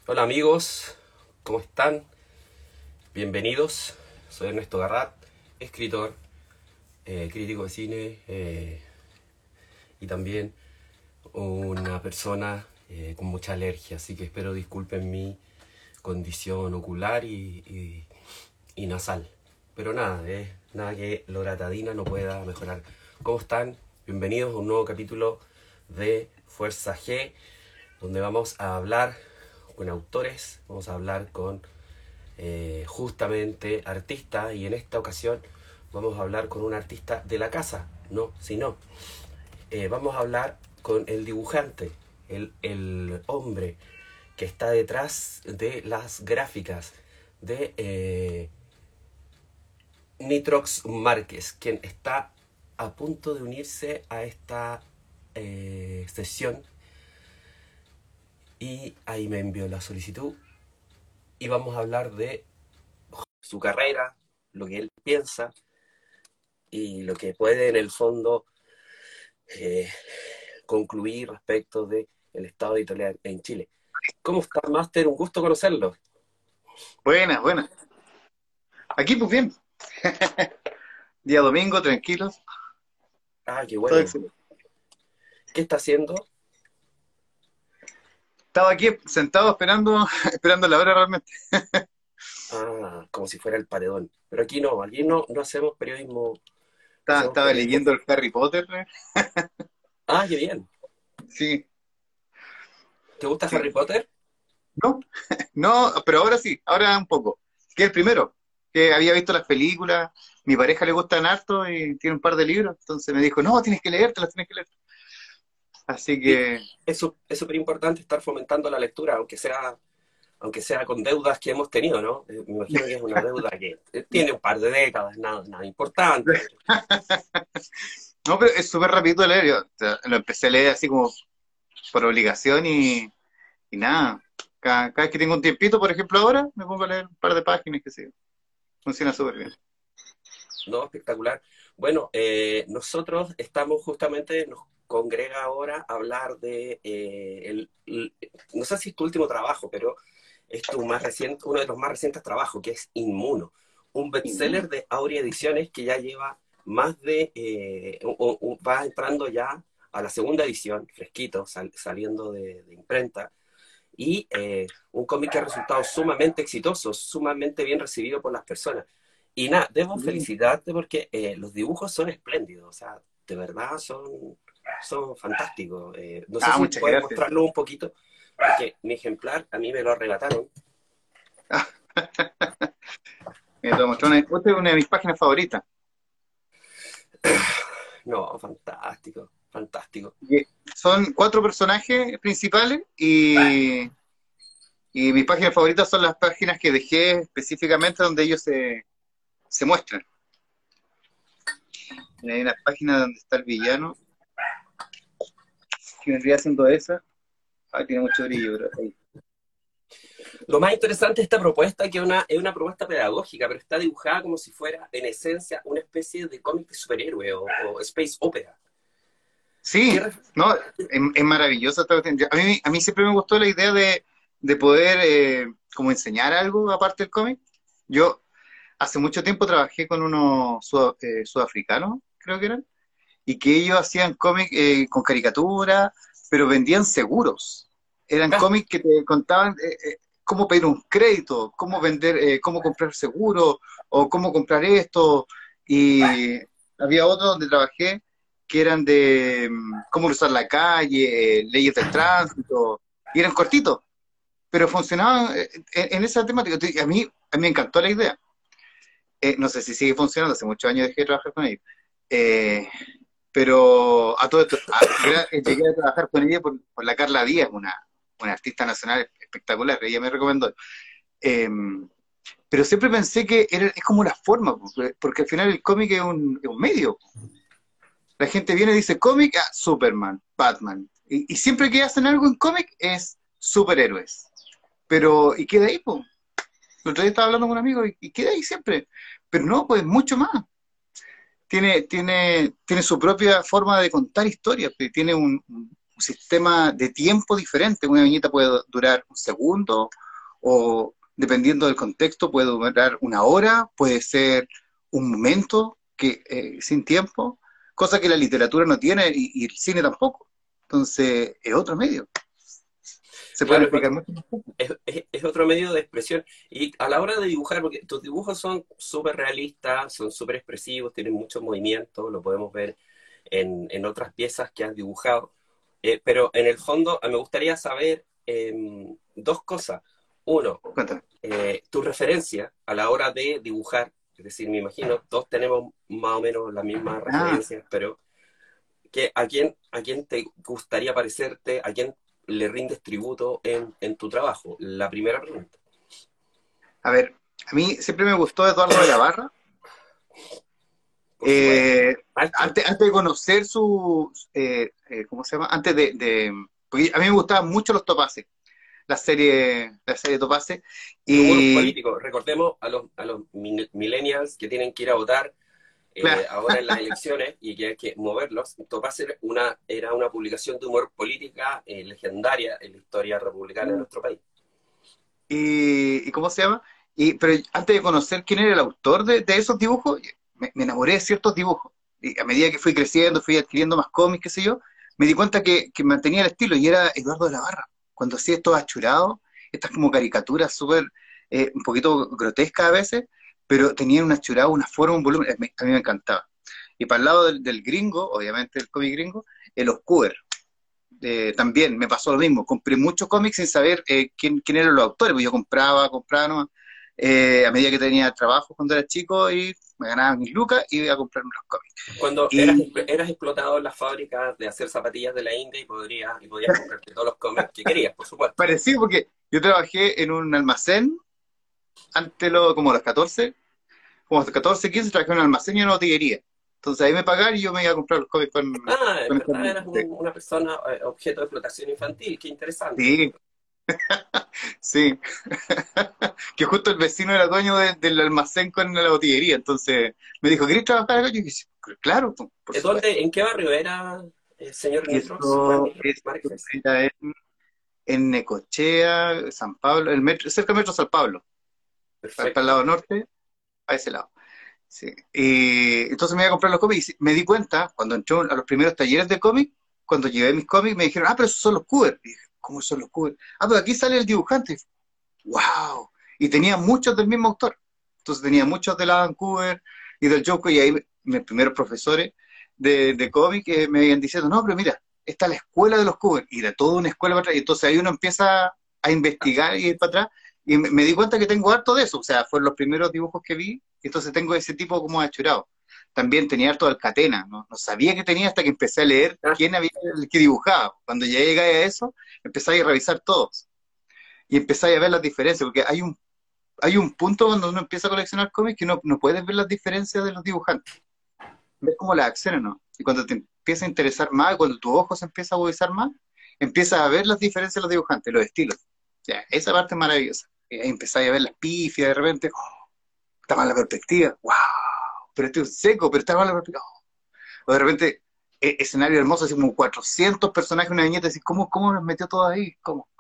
Hola amigos, ¿cómo están? Bienvenidos. Soy Ernesto Garrat, escritor, crítico de cine y también una persona con mucha alergia, así que espero disculpen mi condición ocular y nasal. Pero nada, nada que loratadina no pueda mejorar. ¿Cómo están? Bienvenidos a un nuevo capítulo de Fuerza G, donde vamos a hablar con autores, vamos a hablar con justamente artistas, y en esta ocasión vamos a hablar con un artista de la casa, no, sino vamos a hablar con el dibujante, el hombre que está detrás de las gráficas de Nitrox Márquez, quien está a punto de unirse a esta sesión, y ahí me envió la solicitud y vamos a hablar de su carrera, lo que él piensa y lo que puede en el fondo eh, concluir respecto de el estado editorial en Chile. ¿Cómo está, Master? Un gusto conocerlo. Buenas, buenas. Aquí pues bien. Día domingo, tranquilos. Ah, qué Todo bueno. excelente. ¿Qué está haciendo? Estaba aquí sentado esperando, esperando la hora realmente. Ah, como si fuera el paredón. Pero aquí no hacemos periodismo, no Estaba, hacemos estaba periodismo. leyendo el Harry Potter. Ah, qué bien. Sí, ¿Te gusta sí. Harry Potter? No, no, pero ahora sí, ahora un poco. Que el primero, que había visto las películas, mi pareja le gustan harto y tiene un par de libros, entonces me dijo, no, tienes que leértelas, tienes que leer. Así Sí, que, es súper importante estar fomentando la lectura, aunque sea con deudas que hemos tenido, ¿no? Me imagino que es una deuda que tiene un par de décadas, nada importante. no, pero es súper rápido de leer. Yo, o sea, lo empecé a leer así como por obligación y nada, cada vez que tengo un tiempito, por ejemplo ahora, me pongo a leer un par de páginas, que sé. Funciona súper bien. No, espectacular. Bueno, nosotros estamos justamente, nos congrega ahora a hablar de, no sé si es tu último trabajo, pero es tu más reciente, uno de los más recientes trabajos, que es Inmuno, un bestseller de Aurea Ediciones que ya lleva más de, va entrando ya a la segunda edición, fresquito, saliendo de imprenta, y un cómic que ha resultado sumamente exitoso, sumamente bien recibido por las personas. Y nada, debo Sí. felicitarte porque los dibujos son espléndidos, o sea, de verdad son fantásticos. No sé Ah, si muchas puedes gracias. mostrarlo un poquito, porque mi ejemplar a mí me lo arrebataron. Me te voy a mostrar esta es una de mis páginas favoritas. No, fantástico, fantástico. Y son 4 personajes principales y mis páginas favoritas son las páginas que dejé específicamente donde ellos se muestran. Y hay una página donde está el villano, que vendría siendo esa. Ah, tiene mucho brillo, pero ahí. Lo más interesante de esta propuesta es que es una propuesta pedagógica, pero está dibujada como si fuera, en esencia, una especie de cómic de superhéroe o space opera. ¿Qué Sí, ref- no, es maravillosa esta cuestión. A mí siempre me gustó la idea de poder como enseñar algo aparte del cómic. Yo hace mucho tiempo trabajé con unos sudafricanos, creo que eran, y que ellos hacían cómic con caricatura, pero vendían seguros. Eran Ah, cómics que te contaban cómo pedir un crédito, cómo vender, cómo comprar seguro, o cómo comprar esto. Y había otro donde trabajé que eran de cómo cruzar la calle, leyes del tránsito, y eran cortitos, pero funcionaban en esa temática. A mí me encantó la idea. No sé si sigue funcionando, hace muchos años dejé de trabajar con ellos. Eh, pero a todo esto, llegué a trabajar con ella por la Carla Díaz, una artista nacional espectacular, ella me recomendó. Eh, pero siempre pensé que es como una forma, porque al final el cómic es un medio. La gente viene y dice cómic, Superman, Batman. Y siempre que hacen algo en cómic es superhéroes. Pero, ¿y queda ahí, po? El otro día estaba hablando con un amigo y queda ahí siempre. Pero no, pues mucho más. Tiene su propia forma de contar historias, pues, tiene un sistema de tiempo diferente. Una viñeta puede durar un segundo, o dependiendo del contexto, puede durar una hora, puede ser un momento que, sin tiempo, cosa que la literatura no tiene y el cine tampoco. Entonces, es otro medio. Se puede Claro, explicar mucho. es otro medio de expresión. Y a la hora de dibujar, porque tus dibujos son súper realistas, son súper expresivos, tienen mucho movimiento, lo podemos ver en otras piezas que has dibujado. Pero en el fondo me gustaría saber dos cosas. Uno, Cuéntame. tu referencia a la hora de dibujar. Es decir, me imagino, todos tenemos más o menos las mismas Ah, referencias, pero a quién te gustaría parecerte, a quién le rindes tributo en tu trabajo. La primera pregunta. a ver, a mí siempre me gustó Eduardo de la Barra. Por supuesto. Eh, Maestro. antes de conocer su, ¿cómo se llama? Antes porque a mí me gustaban mucho los Topaces, la serie Topaces, Su humor y político. Recordemos a los millennials que tienen que ir a votar claro, ahora en las elecciones y que hay que moverlos. Topaz era una publicación de humor política legendaria en la historia republicana de nuestro país. y ¿cómo se llama? Pero antes de conocer quién era el autor de esos dibujos, me enamoré de ciertos dibujos. Y a medida que fui creciendo, fui adquiriendo más cómics, qué sé yo, me di cuenta que mantenía el estilo, y era Eduardo de la Barra. Cuando hacía estos achurados, estas como caricaturas súper, un poquito grotescas a veces, pero tenían un achurado, una forma, un volumen, a mí me encantaba. Y para el lado del gringo, obviamente el cómic gringo, el Oscuber. También me pasó lo mismo, compré muchos cómics sin saber quién eran los autores, porque yo compraba nomás, a medida que tenía trabajo cuando era chico, y me ganaba mis lucas y iba a comprar unos cómics. Cuando Y eras explotado en las fábricas de hacer zapatillas de la India y podías comprarte todos los cómics que querías, por supuesto. parecido porque yo trabajé en un almacén, como a los 14, como a los 14, 15, trabajé en un almacén y en una botillería. Entonces ahí me pagaban y yo me iba a comprar los cómics Ah, en con esta verdad eras sí. una persona objeto de explotación infantil, qué interesante. Sí, sí. Que justo el vecino era dueño del almacén con la botillería, entonces me dijo, ¿querés trabajar acá? Yo dije, claro, por supuesto. En qué barrio era, señor Y Nitros? esto Márquez. era en Necochea, San Pablo, cerca del metro San Pablo, para el Perfecto. lado norte, a ese lado. Sí. Y entonces me iba a comprar los cómics y me di cuenta, cuando entré a los primeros talleres de cómics, cuando llevé mis cómics, me dijeron, pero esos son los covers. Y dije, ¿cómo son los covers? Pero aquí sale el dibujante. ¡Wow! Y tenía muchos del mismo autor. Entonces tenía muchos de la Vancouver y del Joker, y ahí mis primeros profesores de cómic me iban diciendo, no, pero mira, está la escuela de los Cooper, y era toda una escuela para atrás, y entonces ahí uno empieza a investigar y ir para atrás, y me di cuenta que tengo harto de eso, o sea, fueron los primeros dibujos que vi, y entonces tengo ese tipo como achurado. También tenía harto de Alcatena, no sabía que tenía hasta que empecé a leer Ah, quién había el que dibujaba. Cuando ya llegué a eso, empecé a revisar todos y empezáis a ver las diferencias, porque hay un punto cuando uno empieza a coleccionar cómics que no puedes ver las diferencias de los dibujantes, ves como las acciones, ¿no? Y cuando te empieza a interesar más, cuando tu ojo se empieza a agudizar más, empiezas a ver las diferencias de los dibujantes, los estilos. Ya, esa parte es maravillosa. Y ahí empezáis a ver las pifias, de repente, oh, está mal la perspectiva, wow, pero estoy seco, pero está mal la perspectiva. Oh. O de repente, escenario hermoso, así como 400 personajes, una viñeta, así, ¿cómo los metió todos ahí? ¿Cómo?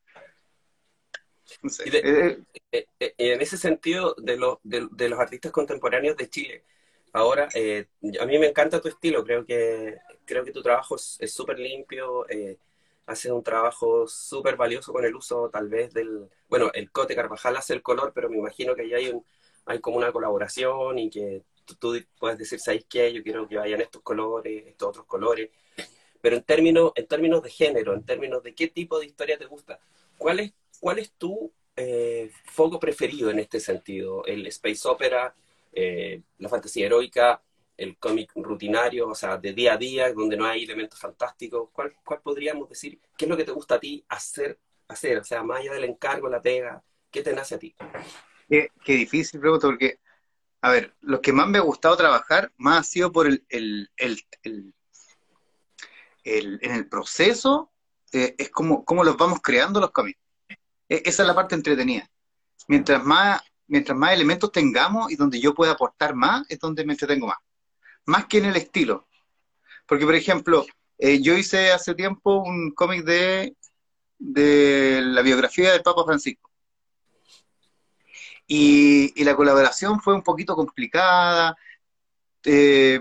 No sé. y en ese sentido, de los artistas contemporáneos de Chile, ahora, a mí me encanta tu estilo, creo que tu trabajo es súper limpio, haces un trabajo súper valioso con el uso tal vez bueno, el Cote Carvajal hace el color, pero me imagino que ahí hay como una colaboración y que tú puedes decir, ¿sabes qué? Yo quiero que vayan estos colores, estos otros colores, pero en términos de género, en términos de qué tipo de historia te gusta, ¿cuál cuál es tu foco preferido en este sentido? ¿El space opera, la fantasía heroica, el cómic rutinario, o sea, de día a día, donde no hay elementos fantásticos? ¿Cuál podríamos decir? ¿Qué es lo que te gusta a ti hacer? O sea, más allá del encargo, la pega, ¿qué te nace a ti? Qué difícil pregunta, porque, a ver, lo que más me ha gustado trabajar, más ha sido por en el proceso, es como los vamos creando los cómics. Esa es la parte entretenida. Mientras más elementos tengamos y donde yo pueda aportar más, es donde me entretengo más. Más que en el estilo. Porque, por ejemplo, Yo hice hace tiempo un cómic de la biografía del Papa Francisco. Y la colaboración fue un poquito complicada, eh,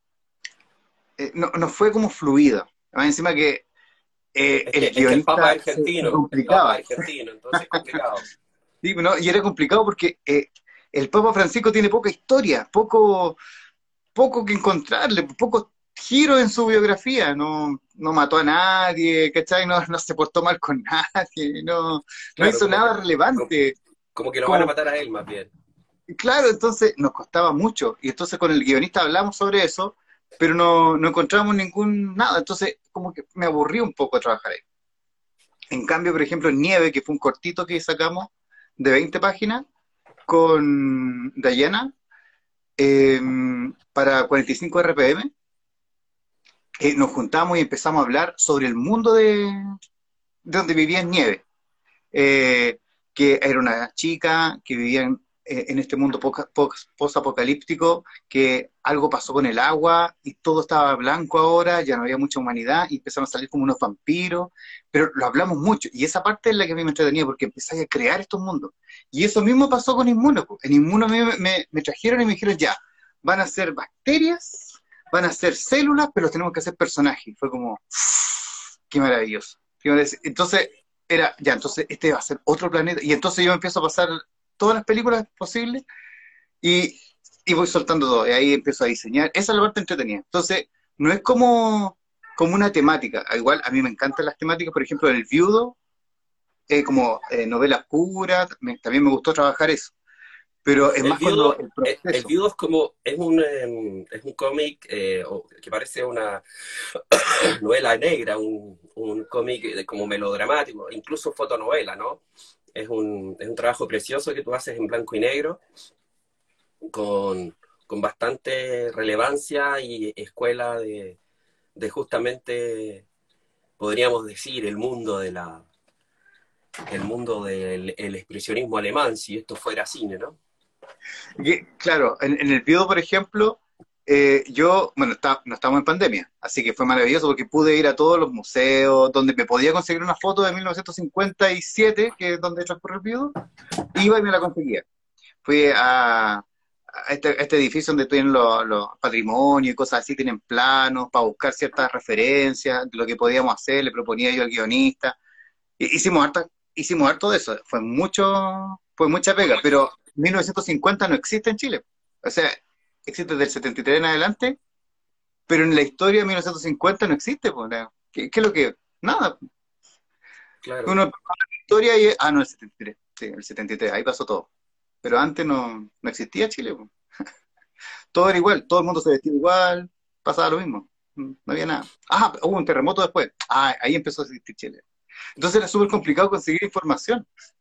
no fue como fluida. Además, encima que el Es que guionista se el Papa complicaba. es argentino, entonces es complicado. Sí, ¿no? Y era complicado porque el Papa Francisco tiene poca historia, poco que encontrarle, pocos giros en su biografía, no mató a nadie, ¿cachai? No se portó mal con nadie, no Claro, hizo nada relevante. como que lo van a Como, matar a él más bien. claro, entonces nos costaba mucho, y entonces con el guionista hablamos sobre eso, pero no encontramos ningún nada, entonces como que me aburrí un poco de trabajar ahí. En cambio, por ejemplo, Nieve, que fue un cortito que sacamos de 20 páginas con Dayana, eh, para 45 RPM, nos juntamos y empezamos a hablar sobre el mundo de donde vivía en Nieve, eh, que era una chica que vivía en este mundo post-apocalíptico, que algo pasó con el agua y todo estaba blanco ahora, ya no había mucha humanidad y empezaron a salir como unos vampiros, pero lo hablamos mucho y esa parte es la que a mí me entretenía porque empecé a crear estos mundos. Y eso mismo pasó con Inmuno. Po. En Inmuno a mí me trajeron y me dijeron, ya, van a ser bacterias, van a ser células, pero los tenemos que hacer personajes. Fue como, qué maravilloso. Qué maravilloso. Entonces, era, ya, entonces este va a ser otro planeta. Y entonces yo me empiezo a pasar todas las películas posibles y, y voy soltando todo. Y ahí empiezo a diseñar. Esa es la parte entretenida. Entonces, no es como una temática. Igual, a mí me encantan las temáticas, por ejemplo, El Viudo, como novelas puras, también me gustó trabajar eso. Pero es más cuando el El proceso. viudo es un cómic que parece una novela negra, un cómic como melodramático, incluso fotonovela, ¿no? Es un trabajo precioso que tú haces en blanco y negro, con bastante relevancia y escuela de justamente, podríamos decir, el mundo del el expresionismo alemán, si esto fuera cine, ¿no? Claro, en el Viudo, por ejemplo, bueno, no estamos en pandemia, así que fue maravilloso porque pude ir a todos los museos, donde me podía conseguir una foto de 1957, que es donde transcurre el Viudo, iba y me la conseguía. Fui a este edificio donde tienen los patrimonios y cosas así, tienen planos para buscar ciertas referencias, de lo que podíamos hacer, le proponía yo al guionista. Hicimos harto de eso, fue mucha pega, pero 1950 no existe en Chile. O sea, existe desde el 73 en adelante, pero en la historia de 1950 no existe. Pues, ¿qué es lo que? Nada. Claro. Uno la historia no, el 73. Sí, el 73, ahí pasó todo. Pero antes no existía Chile. Pues. Todo era igual, todo el mundo se vestía igual, pasaba lo mismo. No había nada. Hubo un terremoto después. Ahí empezó a existir Chile. Entonces era súper complicado conseguir información.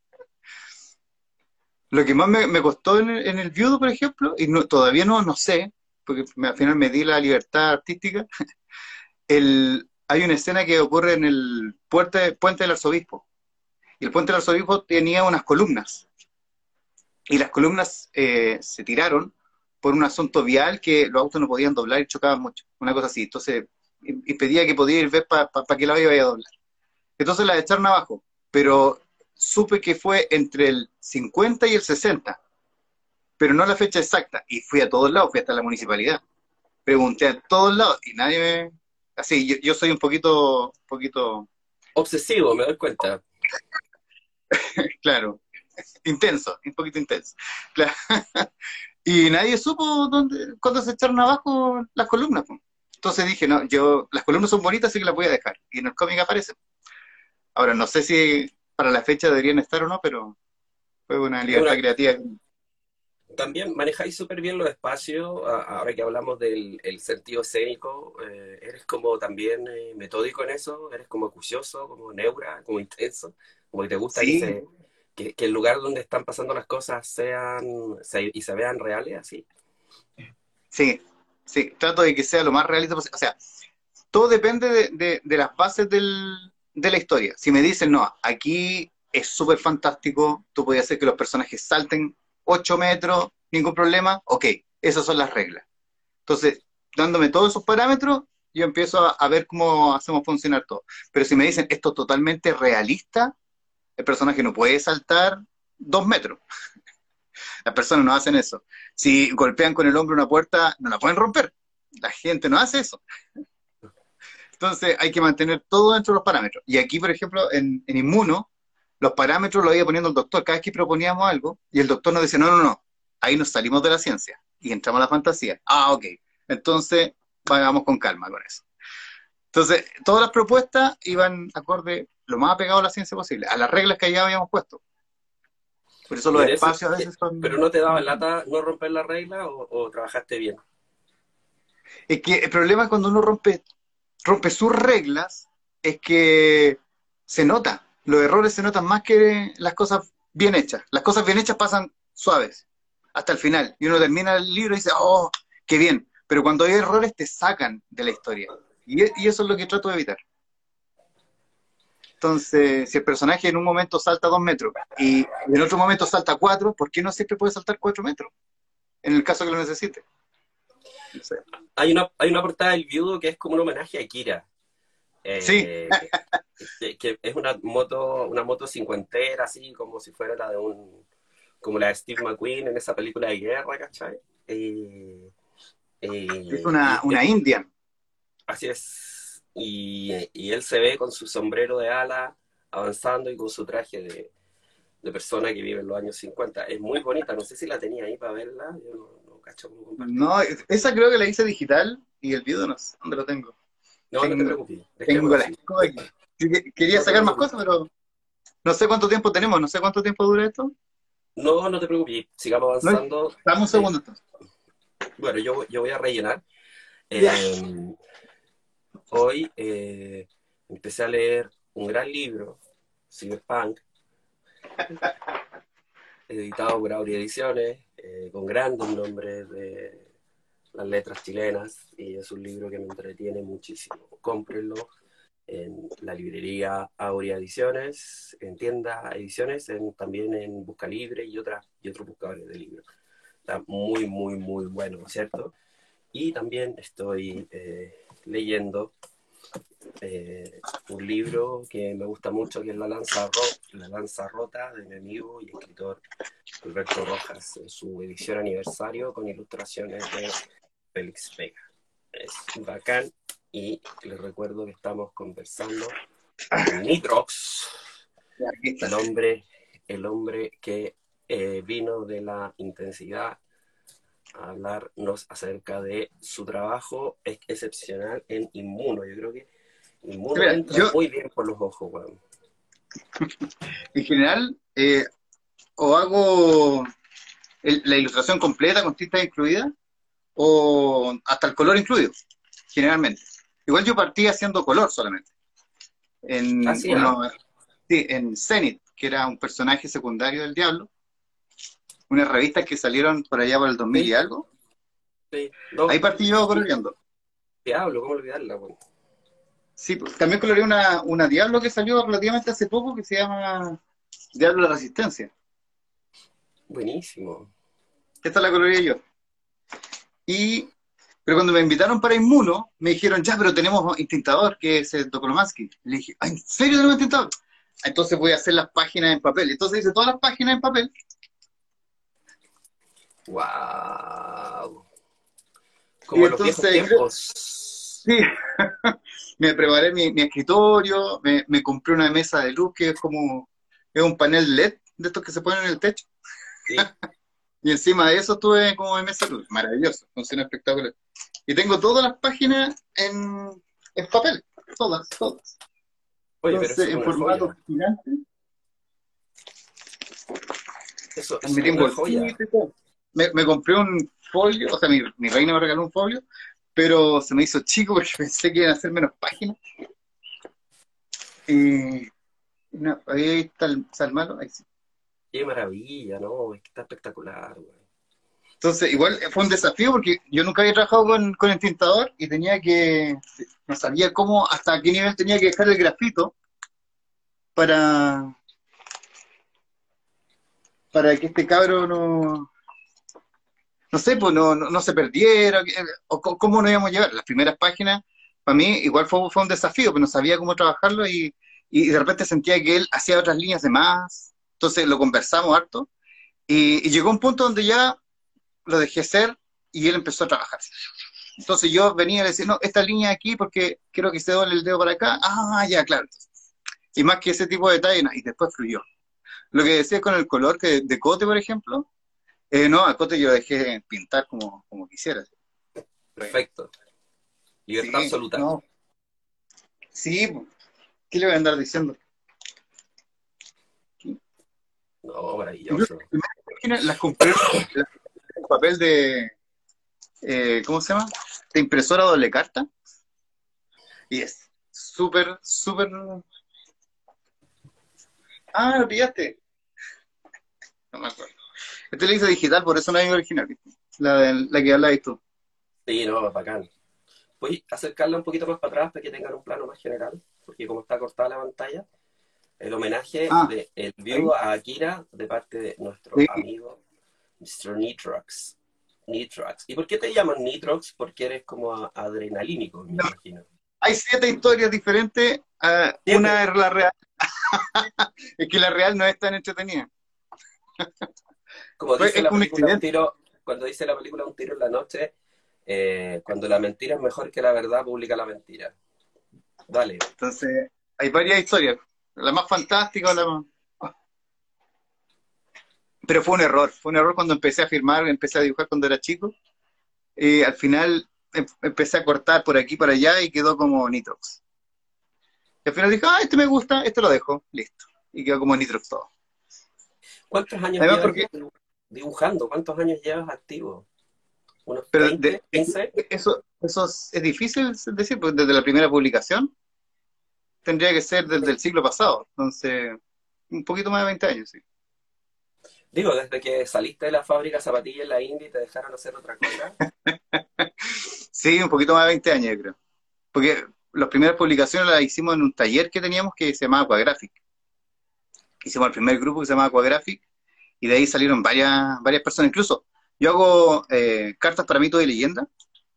Lo que más me costó en el Viudo, por ejemplo, y todavía no sé, porque al final me di la libertad artística, hay una escena que ocurre en el puente del Arzobispo. Y el puente del Arzobispo tenía unas columnas. Y las columnas se tiraron por un asunto vial que los autos no podían doblar y chocaban mucho. Una cosa así. Entonces, impedía que podía ir ver para qué lado iba a doblar. Entonces las echaron abajo. Pero supe que fue entre el 50 y el 60, pero no la fecha exacta. Y fui a todos lados, fui hasta la municipalidad. Pregunté a todos lados y nadie me... Así, yo soy un poquito, Obsesivo, me doy cuenta. claro, intenso, un poquito intenso. Claro. Y nadie supo cuándo se echaron abajo las columnas. Po. Entonces dije, no, las columnas son bonitas, así que las voy a dejar. Y en el cómic aparecen. Ahora, no sé si para la fecha deberían estar o no, pero fue una Es libertad una, creativa. También manejáis súper bien los espacios, ahora que hablamos del el sentido escénico, eres como también metódico en eso, eres como acucioso, como neura, como intenso, como que te gusta Sí, que el lugar donde están pasando las cosas y se vean reales, así. sí, sí. Trato de que sea lo más realista posible. O sea, todo depende de las bases de la historia. Si me dicen, no, aquí es súper fantástico, tú puedes hacer que los personajes salten 8 metros, ningún problema, ok, esas son las reglas. Entonces, dándome todos esos parámetros, yo empiezo a ver cómo hacemos funcionar todo. Pero si me dicen esto es totalmente realista, el personaje no puede saltar 2 metros. Las personas no hacen eso. Si golpean con el hombro una puerta, no la pueden romper. La gente no hace eso. Entonces hay que mantener todo dentro de los parámetros. Y aquí, por ejemplo, en Inmuno, los parámetros los iba poniendo el doctor. Cada vez que proponíamos algo, y el doctor nos decía, no, no, no, ahí nos salimos de la ciencia y entramos a la fantasía. Ah, ok. Entonces, vamos con calma con eso. Entonces, todas las propuestas iban acorde lo más apegado a la ciencia posible, a las reglas que ya habíamos puesto. Por eso Y los en eso, espacios a veces pero son... no te daba lata no romper la regla o trabajaste bien. Es que el problema cuando uno rompe sus reglas es que se nota. Los errores se notan más que las cosas bien hechas. Las cosas bien hechas pasan suaves hasta el final. Y uno termina el libro y dice, oh, qué bien. Pero cuando hay errores te sacan de la historia. Y eso es lo que trato de evitar. Entonces, si el personaje en un momento salta 2 metros y en otro momento salta 4, ¿por qué no siempre puede saltar 4 metros? En el caso que lo necesite. No sé. Hay una portada del Viudo que es como un homenaje a Kira. Sí, eh, que es una moto cincuentera, así como si fuera como la de Steve McQueen en esa película de guerra, ¿cachai? es Y una Indian. así es. Y él se ve con su sombrero de ala avanzando y con su traje de persona que vive en los años 50. Es muy bonita, no sé si la tenía ahí para verla, yo no cacho cómo compartirla. No, esa creo que la hice digital y el video no sé dónde lo tengo. No, no te Tengo, preocupes, tengo dejémoslo la así. escoba aquí. Sí, quería No te sacar más preocupes. cosas, pero no sé cuánto tiempo tenemos, no sé cuánto tiempo dura esto. No, no te preocupes, sigamos No, avanzando. dame un segundo entonces. Bueno, yo voy a rellenar. Ya. Eh, Hoy empecé a leer un gran libro, Cyberpunk, editado por Aurea Ediciones, con grandes nombres de las letras chilenas, y es un libro que me entretiene muchísimo. Cómprenlo en la librería Aurea Ediciones, en tiendas ediciones, también en Busca Libre y otros buscadores de libros. Está muy, muy, muy bueno, ¿cierto? Y también estoy leyendo un libro que me gusta mucho, que es La Lanza Rota, de mi amigo y escritor Alberto Rojas, en su edición aniversario con ilustraciones de Félix Vega. Es bacán, y les recuerdo que estamos conversando con Nitrox, Ya, aquí está. el hombre que vino de la intensidad a hablarnos acerca de su trabajo excepcional en Inmuno. Yo creo que Inmuno Mira, entra yo muy bien por los ojos, weón. en general o hago la ilustración completa con tinta incluida o hasta el color incluido, generalmente. Igual yo partí haciendo color solamente. En Así, ¿ah? uno, sí, en Zenith, que era un personaje secundario del Diablo, unas revistas que salieron por allá por el 2000 y Sí, algo. sí. No, Ahí partí yo coloreando. diablo, ¿cómo olvidarla, weón? Sí, pues, también coloreé una Diablo que salió relativamente hace poco que se llama Diablo de Resistencia. Buenísimo. Esta la coloreé yo. Y, pero cuando me invitaron para Inmuno, me dijeron, ya, pero tenemos Intintador, que es el Tokolomansky. Le dije, ¿en serio tenemos Intintador? Entonces voy a hacer las páginas en papel. Entonces hice todas las páginas en papel. Wow. Y Como en los viejos entonces, tiempos. sí, me preparé mi escritorio, me compré una mesa de luz que es un panel LED de estos que se ponen en el techo. Sí. Y encima de eso tuve como de mesa de luz. Maravilloso, funciona espectacular. Y tengo todas las páginas en papel, todas, todas. Oye, pero eso Entonces, es en una formato joya. gigante, Eso me es metí en una joya. bolsito y todo. Me compré un folio, o sea, mi reina me regaló un folio, pero se me hizo chico porque pensé que iban a hacer menos páginas. Y no, ahí está está el malo, ahí sí. Qué maravilla, ¿no? Es que está espectacular, güey. Entonces, igual fue un desafío porque yo nunca había trabajado con el tintador y tenía que, no sabía cómo, hasta qué nivel tenía que dejar el grafito para, para que este cabro no sé, pues no se perdiera, o cómo nos íbamos a llevar. Las primeras páginas para mí igual fue un desafío, pero no sabía cómo trabajarlo y de repente sentía que él hacía otras líneas de más, entonces lo conversamos harto y llegó un punto donde ya lo dejé ser y él empezó a trabajar. Entonces yo venía y le decía, no, esta línea aquí porque quiero que se doble el dedo para acá, ya, claro. Y más que ese tipo de detalles, no, y después fluyó. Lo que decía con el color que de Cote, por ejemplo, no, a Cote yo lo dejé pintar como quisiera. Perfecto. Libertad Sí, absoluta. no, sí, ¿qué le voy a andar diciendo? No, Incluso maravilloso. las primeras páginas las compré en papel de, ¿cómo se llama? De impresora doble carta. Y es súper, súper... Ah, lo pillaste. No me acuerdo. Este lo hice digital, por eso no hay original. ¿Viste? La que habláis tú. Sí, no, bacán. Voy a acercarla un poquito más para atrás para que tengan un plano más general, porque como está cortada la pantalla, el homenaje Ah, de El ahí. Viudo a Akira de parte de nuestro Sí. amigo Mr. Nitrox. Nitrox. ¿Y por qué te llaman Nitrox? Porque eres como adrenalínico, me No, imagino. hay 7 historias diferentes. Una Siete. es la real. Es que la real no es tan entretenida. Como dice Es la como un película Un accidente. tiro, cuando dice la película Un tiro en la noche, cuando la mentira es mejor que la verdad, publica la mentira. Dale. Entonces, hay varias historias. La más fantástica o la más... Pero fue un error. Fue un error cuando empecé a firmar, empecé a dibujar cuando era chico. Al final empecé a cortar por aquí, por allá y quedó como Nitrox. Y al final dije, este me gusta, este lo dejo, listo. Y quedó como Nitrox todo. ¿Cuántos años Además llevas porque, dibujando? ¿Cuántos años llevas activo? ¿Unos pero 20, 15? eso es difícil decir, porque desde la primera publicación tendría que ser desde el siglo pasado. Entonces, un poquito más de 20 años, sí. Digo, desde que saliste de la fábrica de zapatillas en la India y te dejaron hacer otra cosa. Sí, un poquito más de 20 años, yo creo. Porque las primeras publicaciones las hicimos en un taller que teníamos que se llamaba Aquagraphic. Hicimos el primer grupo que se llamaba Aquagraphic y de ahí salieron varias personas. Incluso yo hago cartas para mitos y leyenda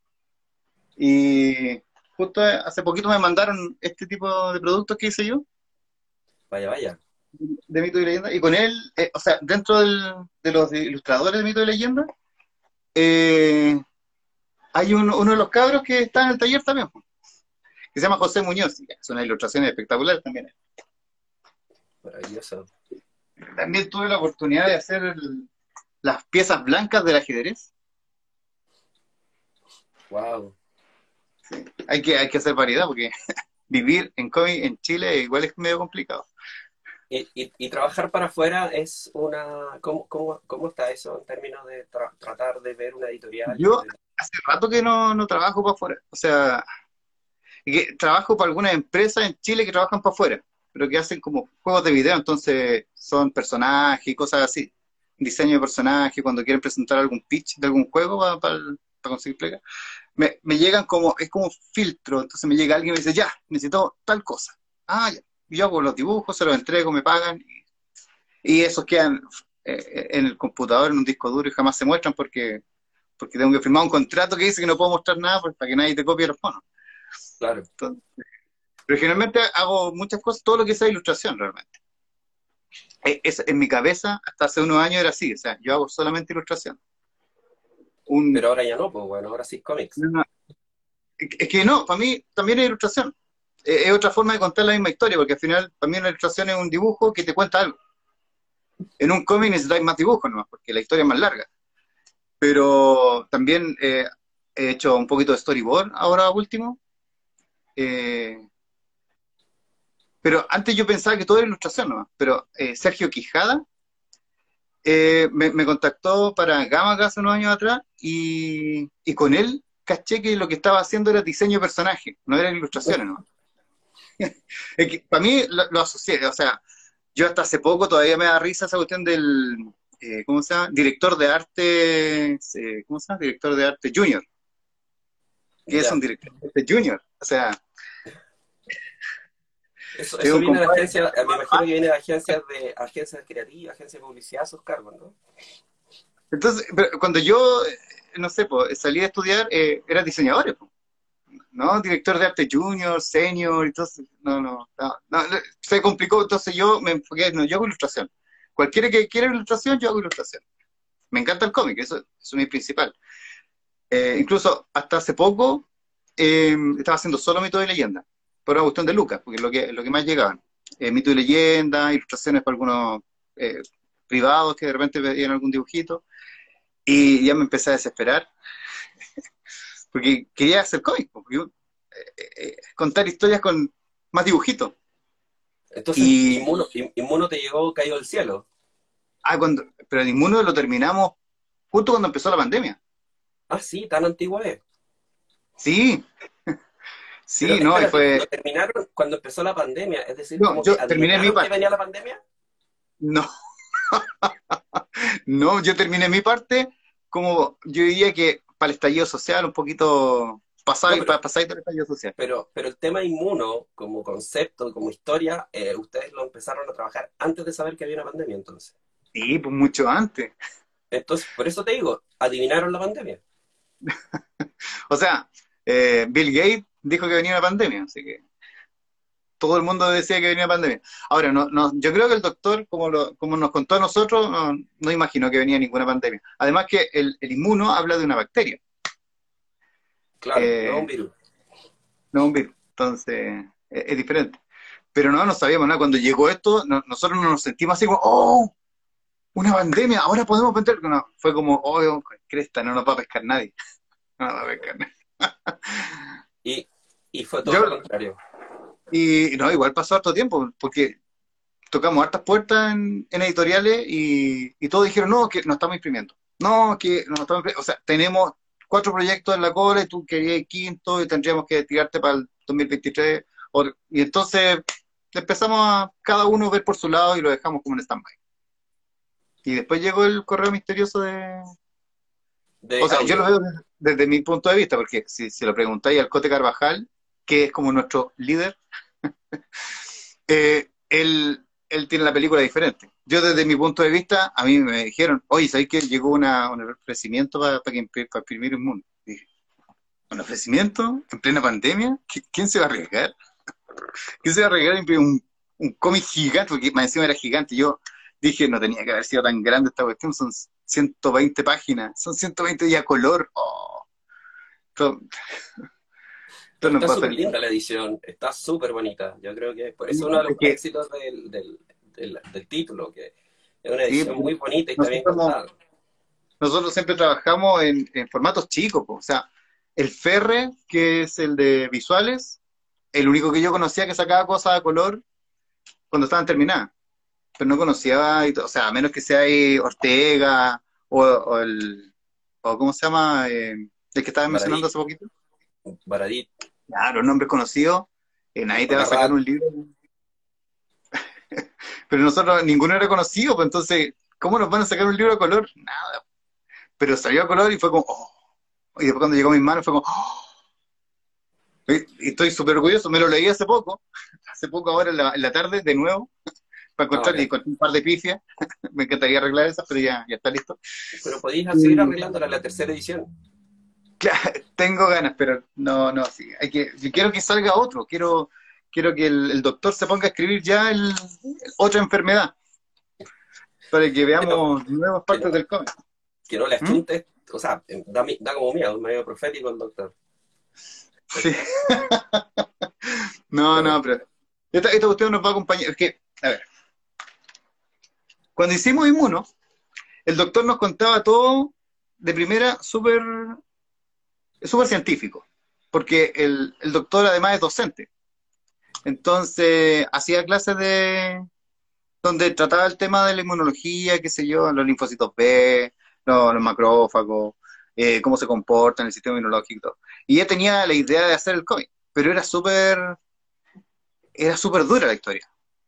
y justo hace poquito me mandaron este tipo de productos que hice yo, Vaya, vaya. de mito y leyenda, y con él, o sea, dentro de los ilustradores de mito y leyenda, eh, hay uno de los cabros que está en el taller también, que se llama José Muñoz, y son unas ilustraciones espectaculares también. Maravilloso. También tuve la oportunidad de hacer las piezas blancas del ajedrez. Wow. Hay que hacer variedad porque vivir en cómic en Chile igual es medio complicado. Y trabajar para afuera es una... ¿Cómo está eso en términos de tratar de ver una editorial y Yo poder... hace rato que no trabajo para afuera. O sea, que trabajo para algunas empresas en Chile que trabajan para afuera, pero que hacen como juegos de video, entonces son personajes y cosas así. Diseño de personajes, cuando quieren presentar algún pitch de algún juego para conseguir plega. Me llegan como, es como un filtro, entonces me llega alguien y me dice, ya, necesito tal cosa. Ya. Yo hago los dibujos, se los entrego, me pagan, y esos quedan en el computador, en un disco duro y jamás se muestran porque tengo que firmar un contrato que dice que no puedo mostrar nada para que nadie te copie los monos. Claro. Entonces, pero generalmente hago muchas cosas, todo lo que sea ilustración realmente. En mi cabeza, hasta hace unos años era así, o sea, yo hago solamente ilustración. Un, Pero ahora ya no, pues bueno, ahora sí cómics. una- es que no, para mí también es ilustración. Es otra forma de contar la misma historia, porque al final para mí una ilustración es un dibujo que te cuenta algo. En un cómic necesitáis más dibujos nomás, porque la historia es más larga. Pero también he hecho un poquito de storyboard ahora último. eh, pero antes yo pensaba que todo era ilustración nomás. Pero Sergio Quijada me contactó para Gamaga hace unos años atrás y con él caché que lo que estaba haciendo era diseño de personaje, no eran ilustraciones nomás. Es que para mí lo asocié, o sea, yo hasta hace poco todavía me da risa esa cuestión del, ¿cómo se llama? Director de arte, ¿cómo se llama? Director de arte junior. ¿Qué es un Ya. director de arte junior? O sea, Eso, es eso un viene de compadre. agencias, me imagino que viene de agencias creativas, agencias de publicidad, a sus cargos, ¿no? Entonces, pero cuando yo, no sé, pues, salí a estudiar, era diseñador. Pues. no, director de arte junior, senior, entonces, se complicó, entonces yo me enfoqué, no, yo hago ilustración. Cualquiera que quiera ilustración, yo hago ilustración. Me encanta el cómic, eso es mi principal. Incluso hasta hace poco estaba haciendo solo mito y leyenda, por una cuestión de lucas, porque es lo que más llegaban. Mito y leyenda, ilustraciones para algunos privados que de repente veían algún dibujito, y ya me empecé a desesperar, porque quería hacer cómic, porque contar historias con más dibujitos. Entonces, Y, Inmuno te llegó caído del cielo. pero el Inmuno lo terminamos justo cuando empezó la pandemia. Ah, sí, tan antiguo es. Sí, Pero sí, no, y espérate, ¿lo fue... terminaron cuando empezó la pandemia? Es decir, No, como que yo terminé mi adivinaron que parte. venía la pandemia. No, no, yo terminé mi parte como yo diría que para el estallido social, un poquito No, pasado, pasadito el estallido social. pero el tema Inmuno, como concepto, como historia, ustedes lo empezaron a trabajar antes de saber que había una pandemia, entonces. Sí, pues mucho antes. Entonces, por eso te digo, adivinaron la pandemia. O sea, Bill Gates dijo que venía una pandemia, así que todo el mundo decía que venía una pandemia. Ahora, yo creo que el doctor, como nos contó a nosotros, no imaginó que venía ninguna pandemia. Además que el inmuno habla de una bacteria, Claro, no un eh, virus. no un virus, entonces es diferente. Pero no sabíamos nada. Cuando llegó esto, nosotros no nos sentimos así como, ¡oh! Una pandemia, ahora podemos vender. No, fue como, oh, cresta, no nos va a pescar nadie. No nos va a pescar nadie. Y, y fue todo lo Yo, contrario. y no, igual pasó harto tiempo, porque tocamos hartas puertas en editoriales y todos dijeron, no, que no estamos imprimiendo. No, que no estamos imprimiendo. O sea, tenemos 4 proyectos en la cola y tú querías el quinto y tendríamos que tirarte para el 2023. Y entonces empezamos a cada uno ver por su lado y lo dejamos como en stand-by. Y después llegó el correo misterioso de... De O sea, yo lo audio. veo desde mi punto de vista, porque si lo preguntáis al Cote Carvajal, que es como nuestro líder, él tiene la película diferente. Yo desde mi punto de vista, a mí me dijeron, oye, ¿sabes que llegó un ofrecimiento para imprimir un mundo? Y dije, ¿un ofrecimiento en plena pandemia? ¿Quién se va a arriesgar? ¿Quién se va a arriesgar a imprimir un cómic gigante? Porque más encima era gigante. Yo dije, no tenía que haber sido tan grande esta cuestión, son 120 páginas, son 120 y a color. Oh, esto, esto Pero nos está va a súper salir. linda la edición, está súper bonita. Yo creo que por eso es uno de los Es que, éxitos del título, que es una sí, edición porque muy bonita y está bien nosotros, contada. nosotros siempre trabajamos en formatos chicos, po. O sea, el Ferre, que es el de visuales, el único que yo conocía que sacaba cosas a color cuando estaban terminadas, pero no conocía, o sea, a menos que sea ahí Ortega o ¿cómo se llama? El que estaba mencionando Baradit, hace poquito. Baradit, Claro, nombre conocido, nadie te va a sacar Garrad. un libro. Pero nosotros, ninguno era conocido, pues entonces, ¿cómo nos van a sacar un libro a color? Nada. Pero salió a color y fue como, oh. Y después cuando llegó a mis manos fue como, oh. Y estoy súper orgulloso, me lo leí hace poco ahora en la tarde, de nuevo, para Ah, encontrar y bacán. encontré un par de pifias. Me encantaría arreglar esas, pero ya está listo. Pero podéis seguir Y, arreglándola en la tercera edición. claro, tengo ganas, pero sí, yo quiero que salga otro, quiero que el doctor se ponga a escribir ya otra enfermedad, para que Pero veamos nuevas que no, partes del cómic. que no le ¿Mm? achuntes, o sea, da como miedo, medio profético el doctor. Sí. No, Pero, pero esta cuestión nos va a acompañar. Es que, a ver, cuando hicimos Inmuno, el doctor nos contaba todo de primera súper científico, porque el doctor además es docente. Entonces, hacía clases donde trataba el tema de la inmunología, qué sé yo, los linfocitos B, los macrófagos, cómo se comportan en el sistema inmunológico y todo. Y ella tenía la idea de hacer el cómic, pero era súper dura la historia.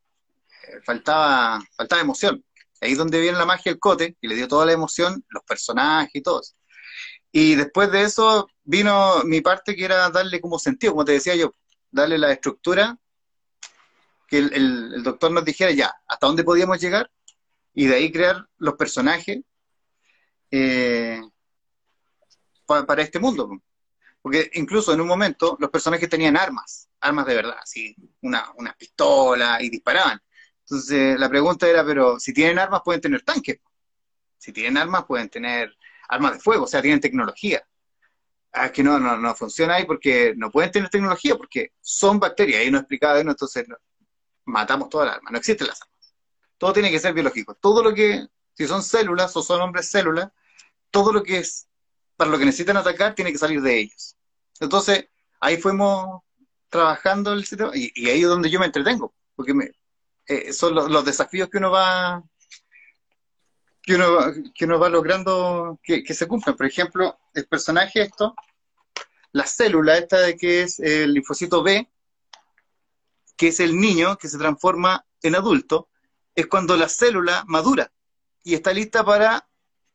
Faltaba emoción. Ahí es donde viene la magia del Cote, y le dio toda la emoción, los personajes y todo eso. Y después de eso vino mi parte que era darle como sentido, como te decía yo, darle la estructura, que el doctor nos dijera ya, hasta dónde podíamos llegar, y de ahí crear los personajes para este mundo. Porque incluso en un momento los personajes tenían armas de verdad, así, una pistola y disparaban. Entonces la pregunta era, pero si tienen armas pueden tener tanques, si tienen armas pueden tener armas de fuego, o sea, tienen tecnología. Ah, es que no funciona ahí porque no pueden tener tecnología porque son bacterias, ahí no explicaba uno, entonces matamos todas las armas, no existen las armas. Todo tiene que ser biológico. Todo lo que, si son células o son hombres células, todo lo que es para lo que necesitan atacar tiene que salir de ellos. Entonces, ahí fuimos trabajando el sistema y ahí es donde yo me entretengo, porque son los desafíos que uno va logrando que se cumplan. Por ejemplo, el personaje la célula esta de que es el linfocito B, que es el niño que se transforma en adulto, es cuando la célula madura y está lista para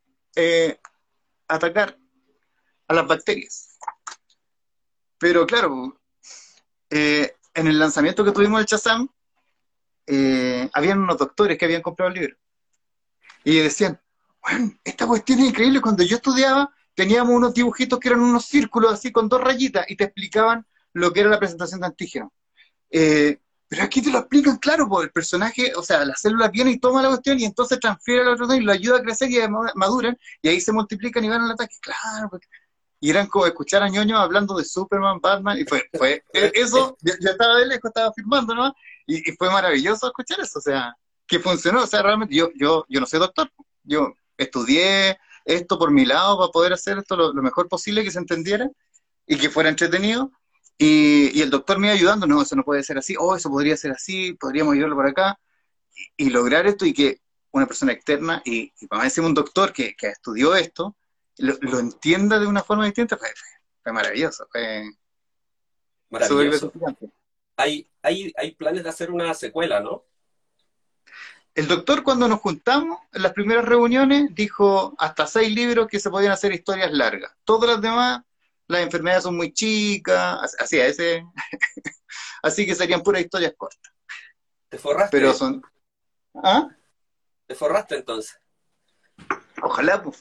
atacar a las bacterias. Pero claro, en el lanzamiento que tuvimos del Shazam, habían unos doctores que habían comprado el libro. Y decían, bueno, esta cuestión es increíble. Cuando yo estudiaba, teníamos unos dibujitos que eran unos círculos así con dos rayitas y te explicaban lo que era la presentación de antígeno. Pero aquí te lo explican, claro, porque el personaje, o sea, la célula viene y toma la cuestión y entonces transfiere al otro y lo ayuda a crecer y maduran y ahí se multiplican y van al ataque. Claro, porque y eran como escuchar a ñoños hablando de Superman, Batman, y eso, yo estaba de lejos, estaba firmando, ¿no? Y fue maravilloso escuchar eso, o sea, que funcionó, o sea, realmente yo no soy doctor, yo estudié esto por mi lado para poder hacer esto lo mejor posible, que se entendiera y que fuera entretenido, y el doctor me iba ayudando, no, eso no puede ser así, eso podría ser así, podríamos llevarlo por acá, y lograr esto y que una persona externa, y para decir un doctor que estudió esto, lo entienda de una forma distinta, fue maravilloso, fue súper Maravilloso. gratificante. Hay planes de hacer una secuela, ¿no? El doctor cuando nos juntamos en las primeras reuniones dijo hasta 6 libros que se podían hacer historias largas. Todas las demás, las enfermedades son muy chicas, así, así que serían puras historias cortas. ¿Te forraste? Pero son... ¿Ah? ¿Te forraste entonces? Ojalá, pues.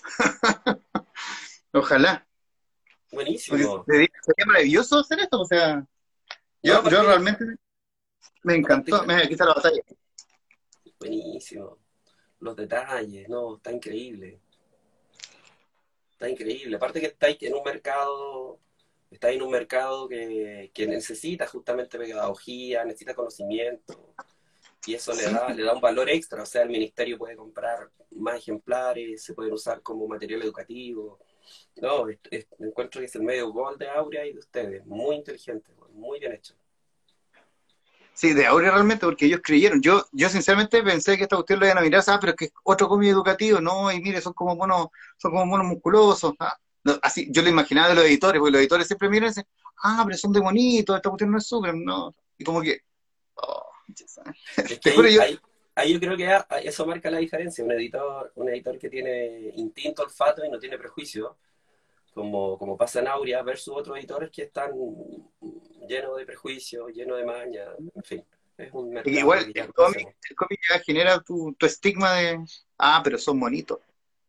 Ojalá. Porque Buenísimo. sería maravilloso hacer esto, o sea, No, yo aparte, realmente me encantó. aparte, Aquí está la batalla. buenísimo. Los detalles, no, está increíble. Está increíble. Aparte que estáis en un mercado que necesita justamente pedagogía, necesita conocimiento, y eso Sí, le da un valor extra. O sea, el ministerio puede comprar más ejemplares, se pueden usar como material educativo. No, encuentro que es el medio gol de Aurea y de ustedes. Muy inteligente, muy bien hecho. sí, de ahora realmente, porque ellos creyeron. Yo sinceramente pensé que esta cuestión lo iban a mirar, pero es que es otro cómic educativo, no, y mire, son como monos musculosos. No, así, yo lo imaginaba de los editores, porque los editores siempre miran y dicen, pero son de bonitos, esta cuestión no es súper, no. Y como que, oh, Es que te juro yo, ahí yo creo que eso marca la diferencia. Un editor que tiene instinto, olfato y no tiene prejuicio, como pasa en Aurea, versus otros editores que están llenos de prejuicios, llenos de maña, en fin. Es un mercado igual que ya conocemos. el cómic ya genera tu estigma de, pero son bonitos.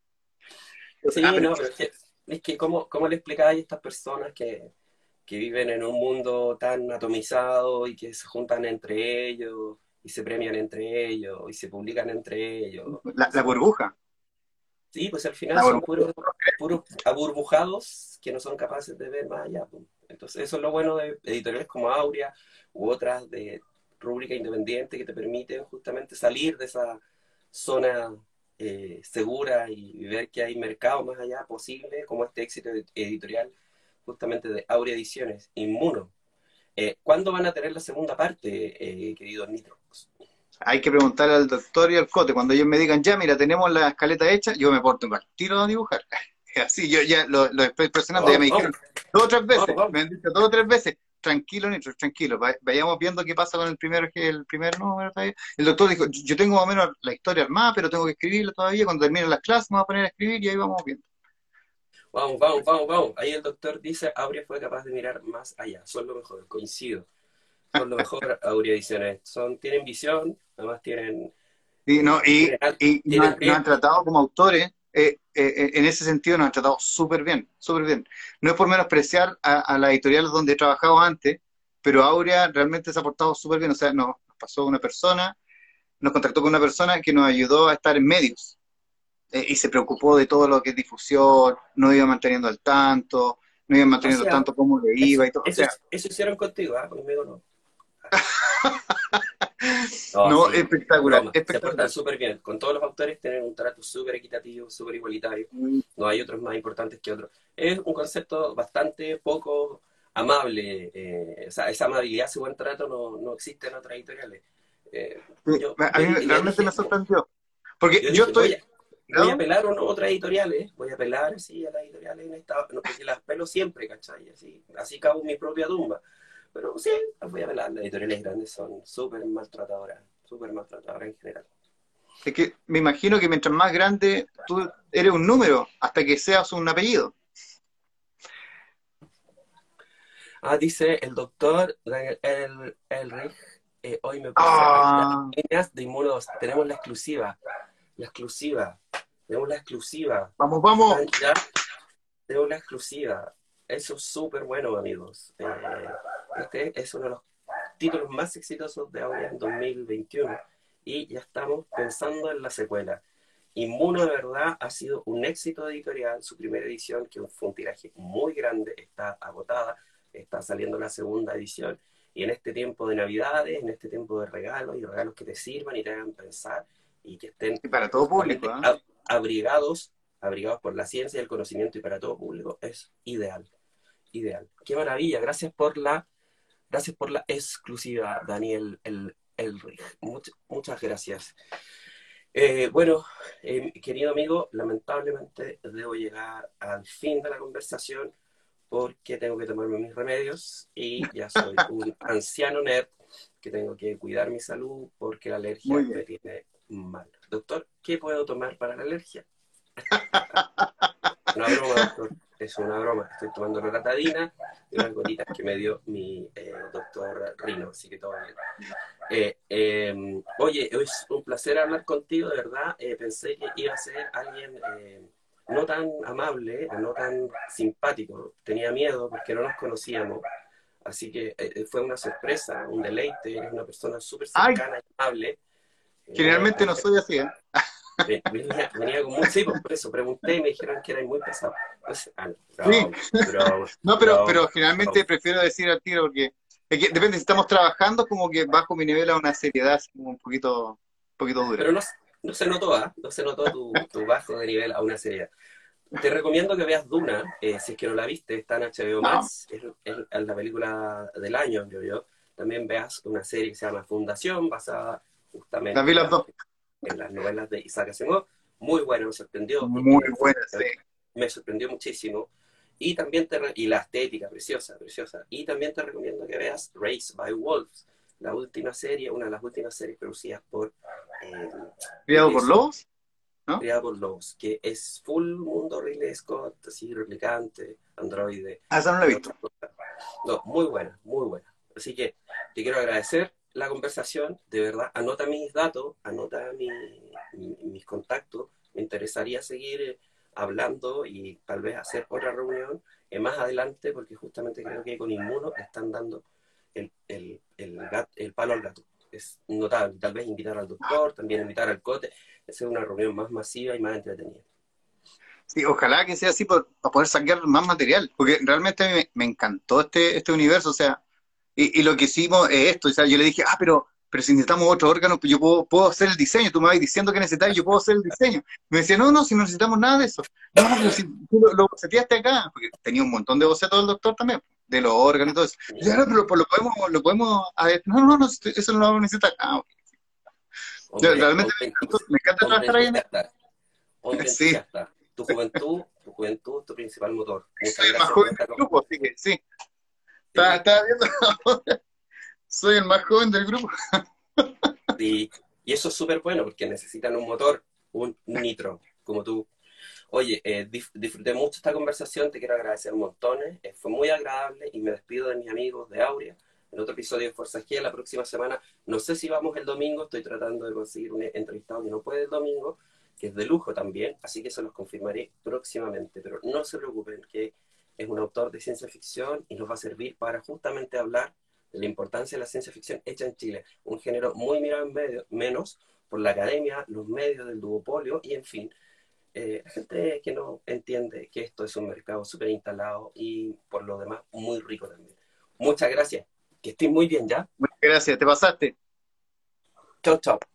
Sí, Pero es no, que pero es que ¿cómo le explicáis a estas personas que viven en un mundo tan atomizado y que se juntan entre ellos y se premian entre ellos y se publican entre ellos? la burbuja, Sí, pues al final la son burbuja. puros aburbujados que no son capaces de ver más allá, pues. Entonces eso es lo bueno de editoriales como Aurea u otras de rúbrica independiente que te permiten justamente salir de esa zona segura y ver que hay mercado más allá posible, como este éxito editorial justamente de Aurea Ediciones, Inmuno. ¿Cuándo van a tener la segunda parte, querido Nitro? Hay que preguntarle al doctor y al cote. Cuando ellos me digan, ya, mira, tenemos la escaleta hecha, yo me porto al tiro a dibujar. Así, yo ya lo estoy presionando. Ya me Vamos, vamos, dijeron dos o tres vamos, veces, vamos. me han dicho dos o tres veces. Tranquilo, Nitro, tranquilo. Vayamos viendo qué pasa con el primer número. Todavía. El doctor dijo, yo tengo más o menos la historia armada, pero tengo que escribirla todavía. Cuando terminen las clases me voy a poner a escribir y ahí vamos viendo. Vamos, vamos, vamos, vamos. Ahí el doctor dice, Aurea fue capaz de mirar más allá. Son lo mejor, coincido. Son lo mejor, Aurea Ediciones. Tienen visión, además tienen, Y, no, tienen, y tienen nos han riesgo. tratado como autores en ese sentido nos han tratado súper bien, súper bien. No es por menospreciar a las editoriales donde he trabajado antes, pero Aurea realmente se ha portado súper bien. O sea, nos pasó una persona, nos contactó con una persona que nos ayudó a estar en medios y se preocupó de todo lo que es difusión, nos iba manteniendo al tanto, nos iba O manteniendo al sea, tanto cómo le iba y todo. O sea, eso hicieron contigo, ¿ah? Conmigo no. No, no, sí, espectacular, broma. Se portan espectacular. súper bien. Con todos los autores tienen un trato súper equitativo, súper igualitario. No hay otros más importantes que otros. Es un concepto bastante poco amable. O sea, esa amabilidad, ese buen trato no existe en otras editoriales. Eh, Sí, a mí ya realmente me dije, sorprendió. Porque yo yo dije, estoy, voy a ¿no? apelar o no a otras editoriales, voy a apelar, sí, a las editoriales en esta, no, porque las pelo siempre, ¿cachai? Así cavo mi propia tumba. Pero sí, las voy a apelar. Las editoriales grandes son súper maltratadoras en general. Es que me imagino que mientras más grande tú eres un número hasta que seas un apellido. Ah, dice el doctor Elrich, hoy me puse a mirar Ah, líneas de Inmunos. Tenemos la exclusiva, tenemos la exclusiva. vamos, vamos. Ya, tenemos la exclusiva. Eso es súper bueno, amigos. Este es uno de los títulos más exitosos de ahora en 2021 y ya estamos pensando en la secuela. Inmuno de verdad ha sido un éxito editorial, su primera edición, que fue un tiraje muy grande, está agotada, está saliendo la segunda edición, y en este tiempo de Navidades, en este tiempo de regalos, y regalos que te sirvan y te hagan pensar, y que estén Y para todo público, justamente ¿eh? abrigados por la ciencia y el conocimiento y para todo público, es ideal, ideal. Qué maravilla, gracias por la exclusiva, Daniel Elrich. Muchas gracias. Bueno, querido amigo, lamentablemente debo llegar al fin de la conversación porque tengo que tomarme mis remedios y ya soy un anciano nerd que tengo que cuidar mi salud porque la Muy alergia bien. me tiene mal. Doctor, ¿qué puedo tomar para la alergia? Una broma, doctor. Es una broma. Estoy tomando loratadina y unas gotitas que me dio mi doctor Rino, así que todo bien. Oye, es un placer hablar contigo, de verdad. Pensé que iba a ser alguien no tan amable, no tan simpático. Tenía miedo porque no nos conocíamos. Así que fue una sorpresa, un deleite. Eres una persona súper Ay, cercana y amable. generalmente no soy así, ¿eh? Venía con mucho, sí, por eso pregunté y me dijeron que era muy pesado. Entonces, no, Sí. broma, No, broma, pero generalmente broma. prefiero decir al tiro porque es que depende si estamos trabajando, como que bajo mi nivel a una seriedad así como un poquito dura. Pero no se notó, ¿ah? No se notó tu bajo de nivel a una seriedad. Te recomiendo que veas Duna, si es que no la viste, está en HBO No, Max, es la película del año, yo. También veas una serie que se llama Fundación, basada las justamente vi las dos. en las novelas de Isaac Asimov. Muy buena, me sorprendió, Muy buenas, sí. me sorprendió muchísimo. Y también y la estética, preciosa, preciosa. Y también te recomiendo que veas Raised by Wolves, la última serie, una de las últimas series producidas por eh, Criado Ridley por Scott, lobos, ¿no? creada por Lobos, que es full mundo Ridley Scott, así replicante, androide, Ah, esa no la he visto. otras cosas. No, muy buena, muy buena. Así que te quiero agradecer la conversación, de verdad, anota mis datos, anota mis contactos, me interesaría seguir hablando y tal vez hacer otra reunión más adelante, porque justamente creo que con Inmuno le están dando el palo al gato. Es notable, tal vez invitar al doctor, también invitar al cote, hacer una reunión más masiva y más entretenida. Sí, ojalá que sea así para poder sacar más material, porque realmente a mí me encantó este universo, o sea, y lo que hicimos es esto, o sea, yo le dije, pero si necesitamos otro órgano, pues yo puedo hacer el diseño, tú me vas diciendo que necesitas, yo puedo hacer el diseño. Me decía, no, si no necesitamos nada de eso. No, pero si tú lo boceteaste acá, porque tenía un montón de bocetos del doctor también, de los órganos y todo eso. Y yo, no, pero lo podemos, a ver, no, eso no lo necesitas. Ah, ok. Hombre, Realmente me encanta hombre trabajar ahí en entusiasta, hombre sí, entusiasta. Tu juventud, tu principal motor. Muchas soy el más gracias por joven esta del grupo, así que sí. conversación. Estaba viendo ahora, soy el más joven del grupo. Y eso es súper bueno porque necesitan un motor, un nitro, como tú. Oye, disfruté mucho esta conversación, te quiero agradecer montones, fue muy agradable y me despido de mis amigos de Aurea en otro episodio de Fuerza G la próxima semana. No sé si vamos el domingo, estoy tratando de conseguir un entrevistado que no puede el domingo, que es de lujo también, así que se los confirmaré próximamente, pero no se preocupen que es un autor de ciencia ficción y nos va a servir para justamente hablar de la importancia de la ciencia ficción hecha en Chile, un género muy mirado en menos por la academia, los medios del duopolio y en fin, gente que no entiende que esto es un mercado súper instalado y por lo demás muy rico también. Muchas gracias, que estén muy bien ya. Muchas gracias, te pasaste. Chao, chao.